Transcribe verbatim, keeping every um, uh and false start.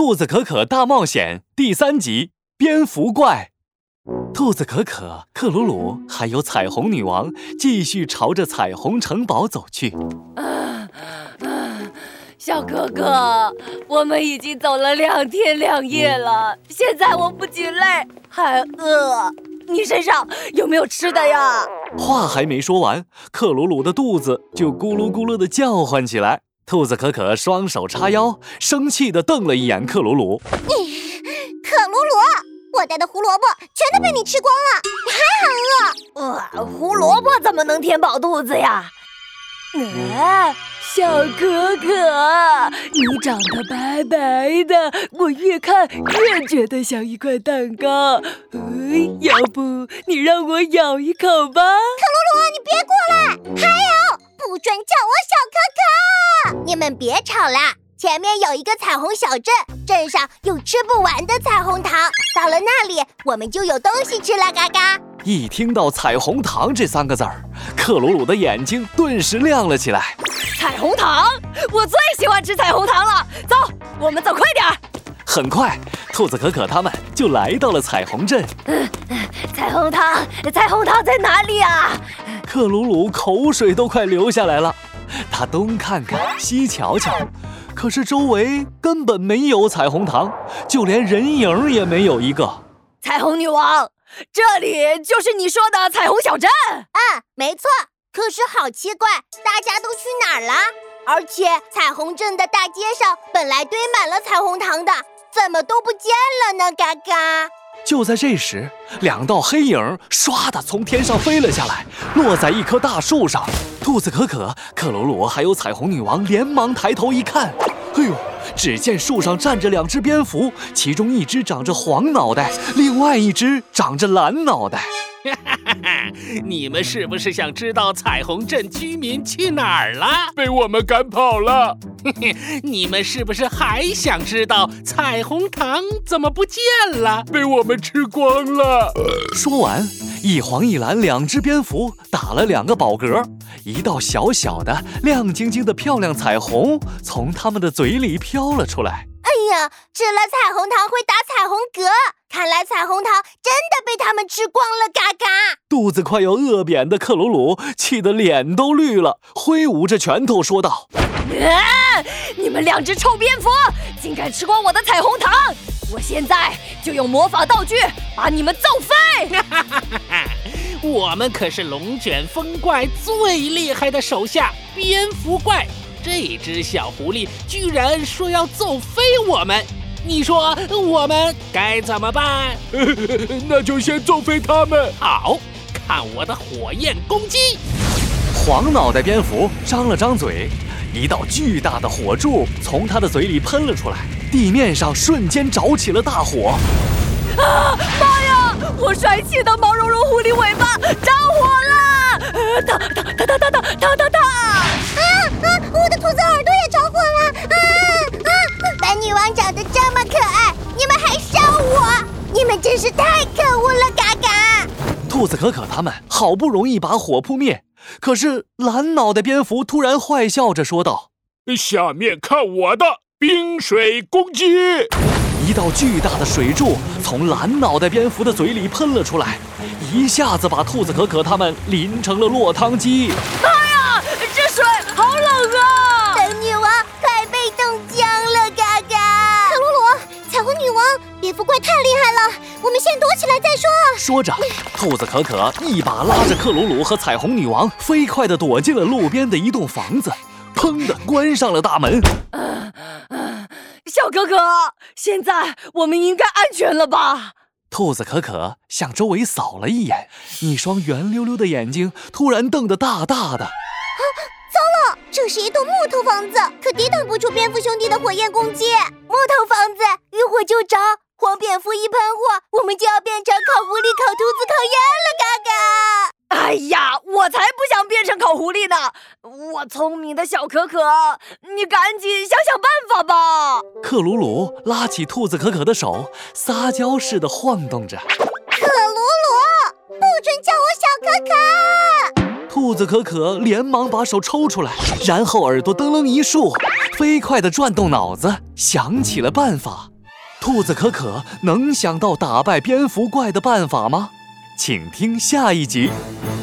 兔子可可大冒险》第三集《蝙蝠怪》。兔子可可、克鲁鲁还有彩虹女王继续朝着彩虹城堡走去。 啊啊、小哥哥，我们已经走了两天两夜了，现在我不仅累还饿。你身上有没有吃的呀？ 话还没说完，克鲁鲁的肚子就咕噜咕噜地叫唤起来。兔子可可双手叉腰，生气地瞪了一眼克鲁鲁。 克鲁鲁，我带的胡萝卜全都被你吃光了，你还很饿。呃，胡萝卜怎么能填饱肚子呀？啊，小可可，你长得白白的，我越看越觉得像一块蛋糕。呃，要不你让我咬一口吧？ 克鲁鲁，你别过来！还有，不准叫我小可可！你们别吵了，前面有一个彩虹小镇，镇上有吃不完的彩虹糖，到了那里我们就有东西吃了，嘎嘎。 一听到彩虹糖这三个字儿，克鲁鲁的眼睛顿时亮了起来。 彩虹糖，我最喜欢吃彩虹糖了。走，我们走快点儿。 很快，兔子可可他们就来到了彩虹镇。 嗯，彩虹糖，彩虹糖在哪里啊？ 克鲁鲁口水都快流下来了，他东看看西瞧瞧，可是周围根本没有彩虹糖，就连人影也没有一个。 彩虹女王，这里就是你说的彩虹小镇？ 嗯，没错。可是好奇怪，大家都去哪儿了？而且彩虹镇的大街上本来堆满了彩虹糖的，怎么都不见了呢？嘎嘎！ 就在这时，两道黑影唰地从天上飞了下来，落在一棵大树上。兔子可可、克鲁鲁还有彩虹女王连忙抬头一看，哎呦！只见树上站着两只蝙蝠，其中一只长着黄脑袋，另外一只长着蓝脑袋。 你们是不是想知道彩虹镇居民去哪儿了？被我们赶跑了。你们是不是还想知道彩虹糖怎么不见了？被我们吃光了。 说完，一黄一蓝两只蝙蝠打了两个饱嗝，一道小小的亮晶晶的漂亮彩虹从他们的嘴里飘了出来。 哎呀，吃了彩虹糖会打彩虹嗝，看来彩虹糖真的被他们吃光了，嘎嘎！ 肚子快要饿扁的克鲁鲁气得脸都绿了，挥舞着拳头说道： 啊，你们两只臭蝙蝠竟敢吃光我的彩虹糖，我现在就用魔法道具把你们揍飞！ 我们可是龙卷风怪最厉害的手下蝙蝠怪，这只小狐狸居然说要揍飞我们，你说我们该怎么办？ 那就先揍飞他们。 好，看我的火焰攻击！ 黄脑袋蝙蝠张了张嘴，一道巨大的火柱从他的嘴里喷了出来，地面上瞬间着起了大火。 啊妈呀！我帅气的毛茸茸狐狸尾巴着火了！呃，哒哒哒哒哒哒哒哒哒！ 啊啊！我的兔子耳朵也着火了！啊啊！本女王长得这么可爱，你们还烧我，你们真是太可恶了，嘎嘎！ 兔子可可他们好不容易把火扑灭，可是蓝脑袋蝙蝠突然坏笑着说道： 下面看我的冰水攻击！ 一道巨大的水柱从蓝脑袋蝙蝠的嘴里喷了出来，一下子把兔子可可他们淋成了落汤鸡。 哎呀，这水好冷啊！ 本女王快被冻僵了，嘎嘎！克鲁鲁，彩虹女王，蝙蝠怪太厉害了，我们先躲起来再说。 说着，兔子可可一把拉着克鲁鲁和彩虹女王，飞快地躲进了路边的一栋房子，砰地关上了大门。 呃呃小可可，现在我们应该安全了吧？ 兔子可可向周围扫了一眼，一双圆溜溜的眼睛突然瞪得大大的。 啊，糟了，这是一栋木头房子，可抵挡不住蝙蝠兄弟的火焰攻击。木头房子遇火就着，黄蝙蝠一喷火，我们就要变成烤狐狸、烤兔子、烤鸭了，嘎嘎！ 哎呀，我才不想变成烤狐狸呢！我聪明的小可可，你赶紧想想办法吧！ 克鲁鲁拉起兔子可可的手，撒娇似的晃动着。 克鲁鲁，不准叫我小可可！ 兔子可可连忙把手抽出来，然后耳朵噔楞一竖，飞快地转动脑子，想起了办法。 兔子可可能想到打败蝙蝠怪的办法吗？请听下一集。